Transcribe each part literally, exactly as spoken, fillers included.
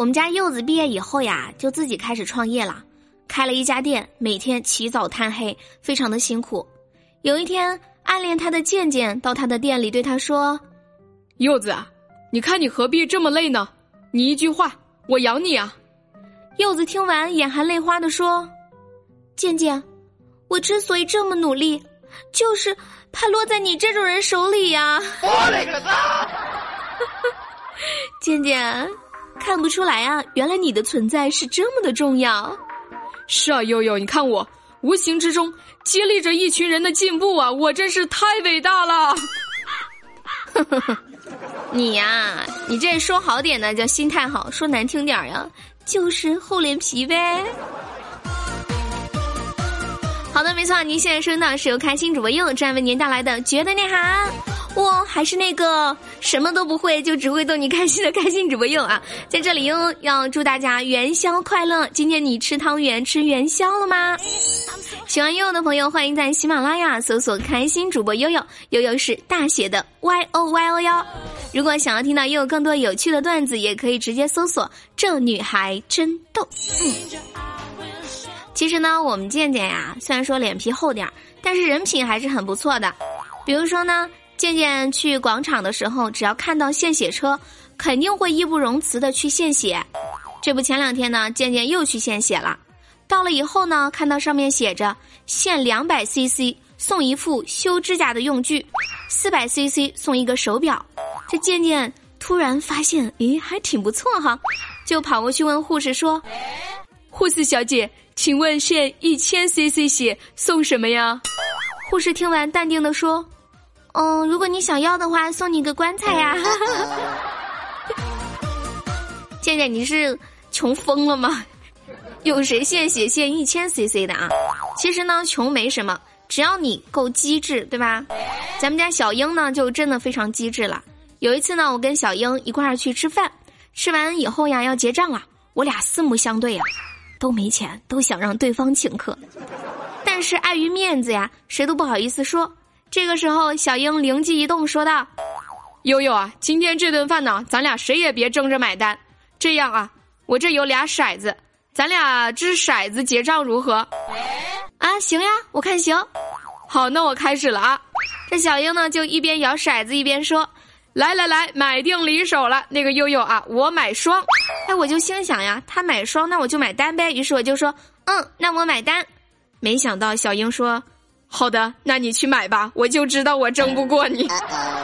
我们家柚子毕业以后呀，就自己开始创业了，开了一家店，每天起早贪黑，非常的辛苦。有一天，暗恋他的健健到他的店里对他说： 柚子啊，你看你何必这么累呢？你一句话，我养你啊。 柚子听完眼含泪花地说：健健，我之所以这么努力，就是怕落在你这种人手里呀。我勒个擦！健健，看不出来啊，原来你的存在是这么的重要。 是啊，悠悠，你看我无形之中激励着一群人的进步啊，我真是太伟大了。 你呀，你这说好点呢叫心态好，说难听点呀，就是厚脸皮呗。好的，没错，您现在收听到是由开心主播柚这样为您带来的绝对内涵。我还是那个什么都不会就只会逗你开心的开心主播柚啊，在这里哟要祝大家元宵快乐。今天你吃汤圆吃元宵了吗？喜欢悠悠的朋友欢迎在喜马拉雅搜索开心主播悠悠，悠悠是大写的 Y O Y O 哟。如果想要听到悠悠更多有趣的段子，也可以直接搜索这女孩真逗。嗯，其实呢我们健健呀，虽然说脸皮厚点，但是人品还是很不错的。比如说呢，健健去广场的时候，只要看到献血车，肯定会义不容辞的去献血。这不前两天呢，健健又去献血了。到了以后呢，看到上面写着限两百 C C 送一副修指甲的用具，四百 C C 送一个手表。这健健突然发现，咦，还挺不错哈，就跑过去问护士说：护士小姐，请问限一千 C C 血送什么呀？护士听完淡定地说：嗯，如果你想要的话，送你个棺材呀。健健，你是穷疯了吗？有谁献血献一千 C C 的啊？其实呢，穷没什么，只要你够机智，对吧？咱们家小英呢，就真的非常机智了。有一次呢，我跟小英一块儿去吃饭，吃完以后呀，要结账了，我俩四目相对啊，都没钱，都想让对方请客，但是碍于面子呀，谁都不好意思说。这个时候，小英灵机一动说道：悠悠啊，今天这顿饭呢，咱俩谁也别争着买单。这样啊，我这有俩骰子，咱俩掷骰子结账如何？啊，行呀，我看行。好，那我开始了啊。这小英呢，就一边摇骰子一边说：来来来，买定离手了。那个悠悠啊，我买双。哎，我就心想呀，他买双，那我就买单呗。于是我就说：嗯，那我买单。没想到小英说：好的，那你去买吧，我就知道我争不过你。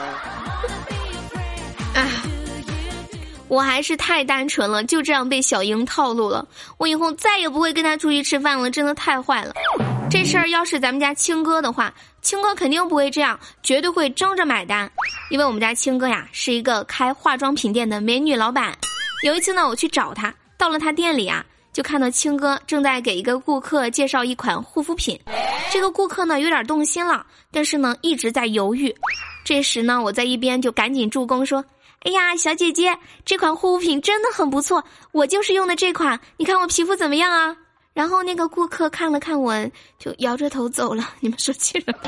哎，我还是太单纯了，就这样被小英套路了。我以后再也不会跟他出去吃饭了，真的太坏了。这事儿要是咱们家青哥的话，青哥肯定不会这样，绝对会争着买单。因为我们家青哥呀，是一个开化妆品店的美女老板。有一次呢，我去找他，到了他店里啊，就看到青哥正在给一个顾客介绍一款护肤品。这个顾客呢有点动心了，但是呢一直在犹豫。这时呢，我在一边就赶紧助攻说：哎呀，小姐姐，这款护肤品真的很不错，我就是用的这款，你看我皮肤怎么样啊？然后那个顾客看了看我，就摇着头走了。你们说气人？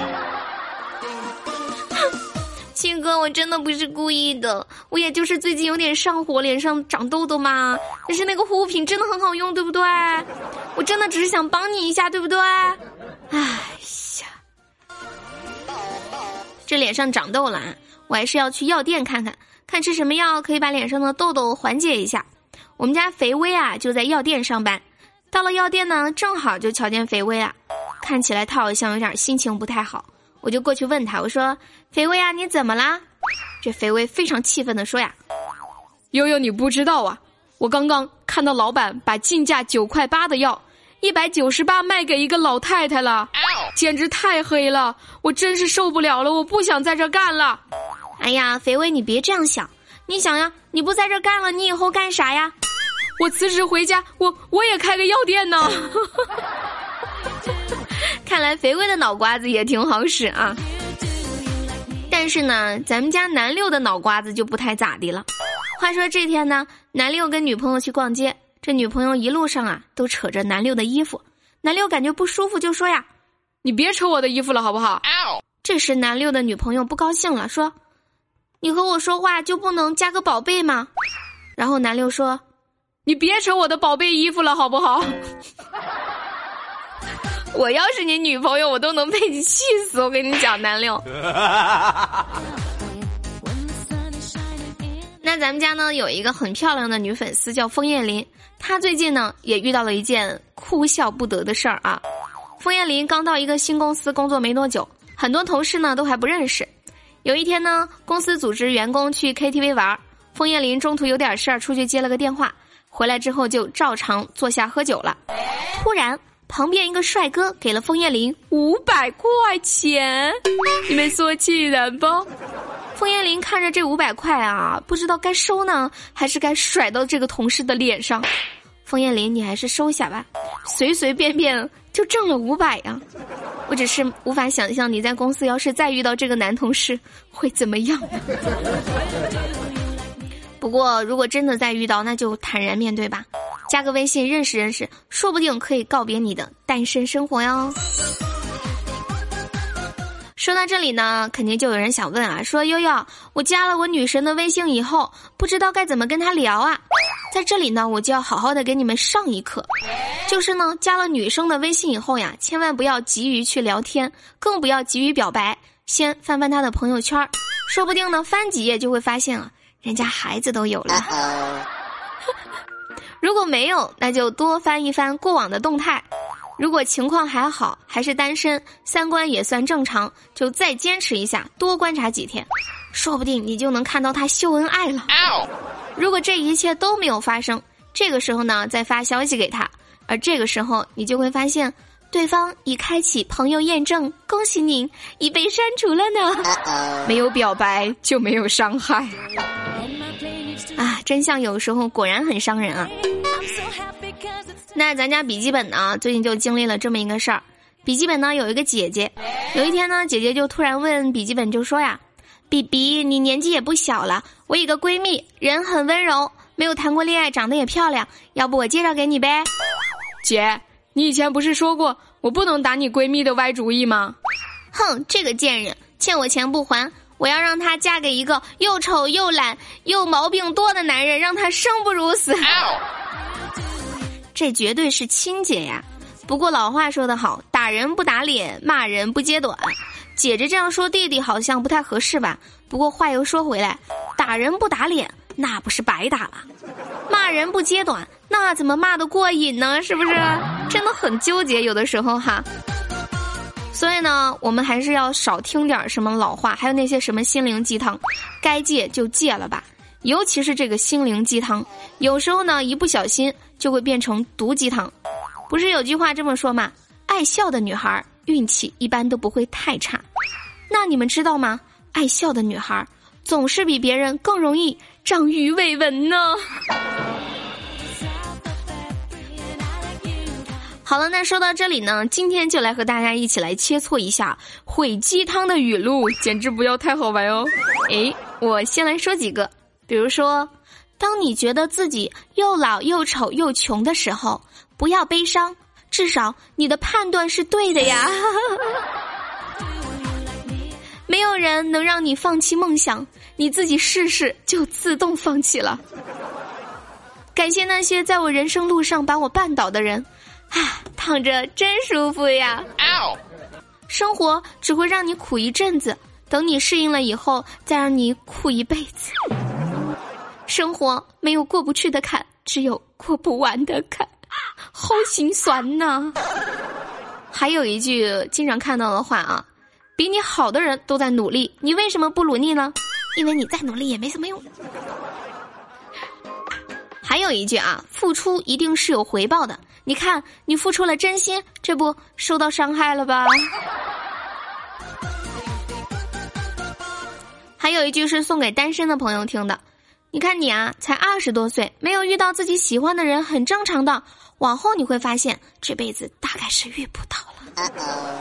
青哥，我真的不是故意的，我也就是最近有点上火，脸上长痘痘嘛。但是那个护肤品真的很好用，对不对？我真的只是想帮你一下，对不对？哎呀，这脸上长痘了，我还是要去药店看看，看吃什么药可以把脸上的痘痘缓解一下。我们家肥薇啊就在药店上班，到了药店呢，正好就瞧见肥薇啊，看起来他好像有点心情不太好。我就过去问他，我说：肥薇啊，你怎么啦？这肥薇非常气愤地说呀：悠悠，你不知道啊，我刚刚看到老板把进价九块八的药一百九十八卖给一个老太太了，简直太黑了，我真是受不了了，我不想在这干了。哎呀，肥薇，你别这样想，你想呀，你不在这干了，你以后干啥呀？我辞职回家，我我也开个药店呢。看来肥薇的脑瓜子也挺好使啊。但是呢，咱们家南六的脑瓜子就不太咋地了。话说这天呢，南六跟女朋友去逛街，这女朋友一路上啊都扯着南六的衣服，南六感觉不舒服就说呀：你别扯我的衣服了好不好？这时南六的女朋友不高兴了，说：你和我说话就不能加个宝贝吗？然后南六说： 你别扯我的宝贝衣服了，好不好？ 我要是你女朋友，我都能被你气死。我跟你讲，南六。那咱们家呢有一个很漂亮的女粉丝叫枫叶林，她最近呢也遇到了一件哭笑不得的事儿啊。枫叶林刚到一个新公司工作没多久，很多同事呢都还不认识。有一天呢，公司组织员工去 K T V 玩，枫叶林中途有点事儿出去接了个电话，回来之后就照常坐下喝酒了。突然旁边一个帅哥给了枫叶林五百块钱，你们说气人不？枫叶林看着这五百块啊，不知道该收呢还是该甩到这个同事的脸上。枫叶林，你还是收下吧，随随便便就挣了五百呀！我只是无法想象你在公司要是再遇到这个男同事会怎么样。不过如果真的再遇到，那就坦然面对吧，加个微信认识认识，说不定可以告别你的单身生活哟。说到这里呢，肯定就有人想问啊，说悠悠，我加了我女神的微信以后，不知道该怎么跟她聊啊。在这里呢，我就要好好的给你们上一课，就是呢，加了女生的微信以后呀，千万不要急于去聊天，更不要急于表白，先翻翻她的朋友圈，说不定呢，翻几页就会发现啊，人家孩子都有了。如果没有，那就多翻一翻过往的动态。如果情况还好，还是单身，三观也算正常，就再坚持一下，多观察几天，说不定你就能看到他秀恩爱了。如果这一切都没有发生，这个时候呢，再发消息给他，而这个时候你就会发现，对方已开启朋友验证，恭喜您已被删除了呢。 没有表白就没有伤害啊，真相有时候果然很伤人啊。那咱家笔记本呢，最近就经历了这么一个事儿。笔记本呢有一个姐姐，有一天呢，姐姐就突然问笔记本，就说呀，比比，你年纪也不小了，我有个闺蜜，人很温柔，没有谈过恋爱，长得也漂亮，要不我介绍给你呗？ 姐，你以前不是说过我不能打你闺蜜的歪主意吗？ 哼，这个贱人，欠我钱不还，我要让她嫁给一个又丑又懒又毛病多的男人，让她生不如死。这绝对是亲姐呀！不过老话说得好，打人不打脸，骂人不揭短。姐姐这样说弟弟好像不太合适吧？不过话又说回来，打人不打脸，那不是白打了？骂人不揭短，那怎么骂得过瘾呢？是不是？真的很纠结，有的时候哈。所以呢，我们还是要少听点什么老话，还有那些什么心灵鸡汤，该戒就戒了吧。尤其是这个心灵鸡汤，有时候呢，一不小心就会变成毒鸡汤。不是有句话这么说吗？爱笑的女孩运气一般都不会太差。那你们知道吗？爱笑的女孩总是比别人更容易长鱼尾纹呢。好了，那说到这里呢，今天就来和大家一起来切磋一下毁鸡汤的语录，简直不要太好玩哦。诶，我先来说几个。比如说，当你觉得自己又老又丑又穷的时候，不要悲伤，至少你的判断是对的呀。没有人能让你放弃梦想，你自己试试就自动放弃了。感谢那些在我人生路上把我绊倒的人，啊，躺着真舒服呀。生活只会让你苦一阵子，等你适应了以后，再让你苦一辈子。生活没有过不去的坎，只有过不完的坎，好心酸呐。还有一句经常看到的话啊，比你好的人都在努力，你为什么不努力呢？因为你再努力也没什么用。还有一句啊，付出一定是有回报的，你看你付出了真心，这不受到伤害了吧？还有一句是送给单身的朋友听的，你看你啊，才二十多岁，没有遇到自己喜欢的人很正常的，往后你会发现这辈子大概是遇不到了。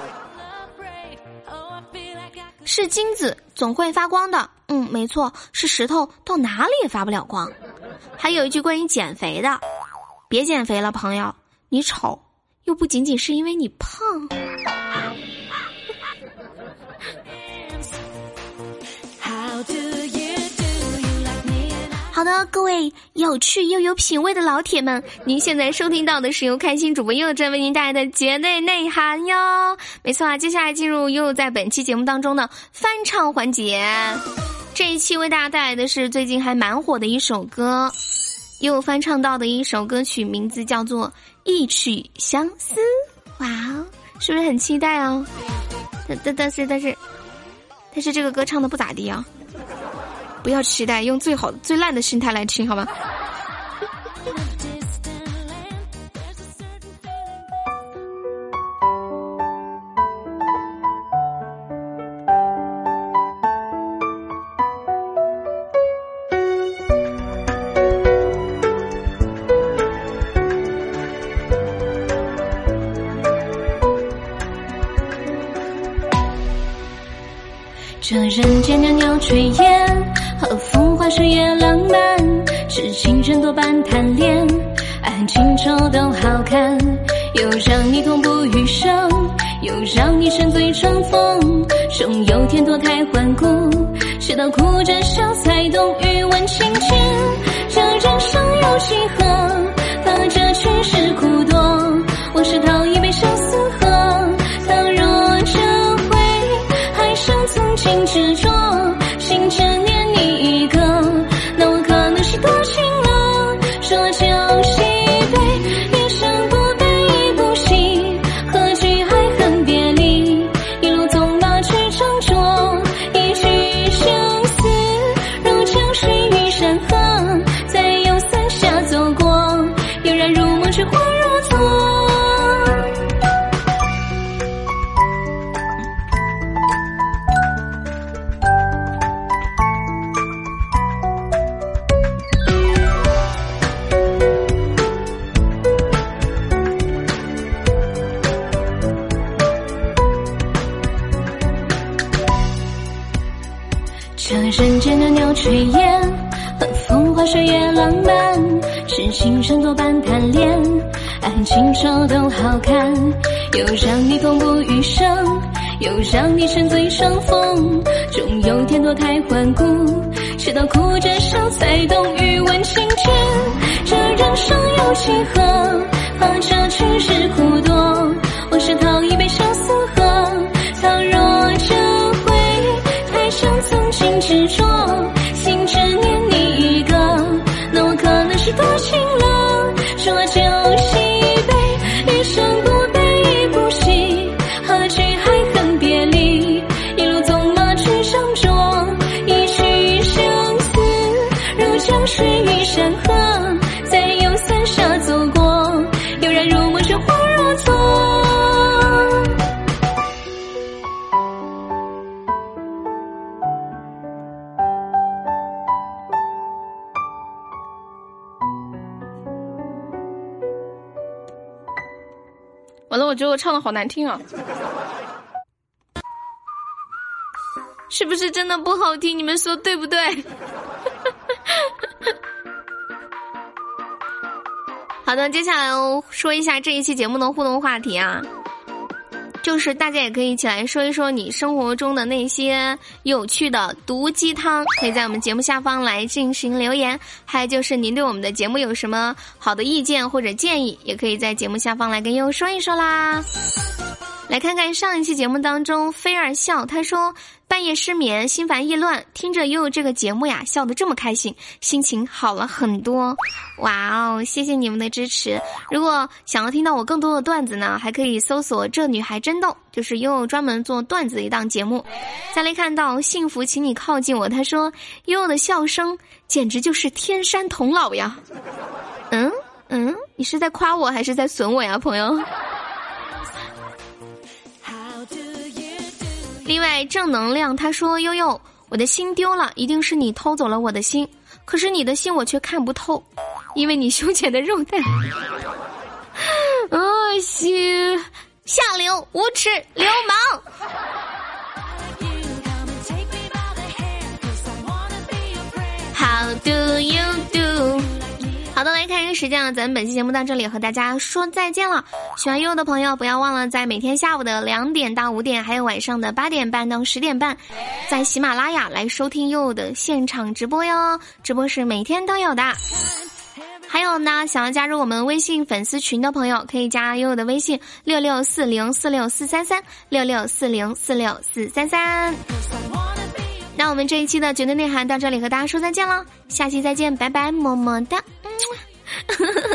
是金子总会发光的，嗯，没错，是石头到哪里也发不了光。还有一句关于减肥的，别减肥了朋友，你丑又不仅仅是因为你胖。 好的，各位有趣又有品味的老铁们，您现在收听到的是由开心主播悠悠正为您带来的绝对内涵哟。没错啊，接下来进入悠悠在本期节目当中的翻唱环节。这一期为大家带来的是最近还蛮火的一首歌，悠悠翻唱到的一首歌曲，名字叫做《一曲相思》。哇哦，是不是很期待哦？但但但是但是但是这个歌唱的不咋地啊。不要期待，用最好最烂的心态来听好吗？ 这人间袅袅炊烟，和风花雪月浪漫，是情人多半贪恋，爱情愁都好看，又让你痛不欲生，又让你沉醉成风，总有天脱胎换骨，直到哭着笑才懂欲问情切。这人生有几何，怕这曲是苦多，我是讨一杯相思喝，倘若这回还剩曾经执着，心只念你一个，那我可能是多情了。说酒喜悲，一生不悲不喜，何惧爱恨别离，一路纵马去斟酌，一曲相思如江水与山河，在游伞下走过，悠然如梦却恍若昨。这人间袅袅炊烟，和风花雪月浪漫，是情人多半贪恋，爱情愁都好看，又让你痛不欲生，又让你沉醉成风，终有天脱胎换骨，直到哭着笑才懂欲问情切。这人生有几何，怕这曲是苦多，我是讨一杯相思喝，倘若这回还剩曾经执着，心只念你一个，那我可能是多情了。说酒喜悲，一生不悲不喜，何惧爱恨别离，一路纵马去斟酌，一曲相思如江水与山河，在游伞下走过，悠然如梦却恍若昨。 完了，我觉得我唱的好难听啊，是不是真的不好听？你们说对不对？ 好的，接下来说一下这一期节目的互动话题啊，就是大家也可以一起来说一说你生活中的那些有趣的毒鸡汤，可以在我们节目下方来进行留言。还有就是您对我们的节目有什么好的意见或者建议，也可以在节目下方来跟悠悠说一说啦。来看看上一期节目当中菲儿笑，他说半夜失眠心烦意乱，听着悠悠这个节目呀笑得这么开心，心情好了很多。哇哦，谢谢你们的支持。如果想要听到我更多的段子呢，还可以搜索这女孩真逗，就是悠悠专门做段子的一档节目。再来看到幸福请你靠近我，他说悠悠的笑声简直就是天山童姥呀。嗯嗯，你是在夸我还是在损我呀朋友？另外正能量他说悠悠我的心丢了，一定是你偷走了我的心，可是你的心我却看不透，因为你胸前的肉蛋哦西下流无耻流氓。How do you do？ 好的，来看一个时间啊，咱们本期节目到这里和大家说再见了。喜欢悠悠的朋友不要忘了在每天下午的两点到五点，还有晚上的八点半到十点半，在喜马拉雅来收听悠悠的现场直播哟，直播是每天都有的。还有呢，想要加入我们微信粉丝群的朋友，可以加悠悠的微信六六四零四六四三三六六四零四六四三三。那我们这一期的绝对内涵到这里和大家说再见了，下期再见，拜拜，么么哒。嗯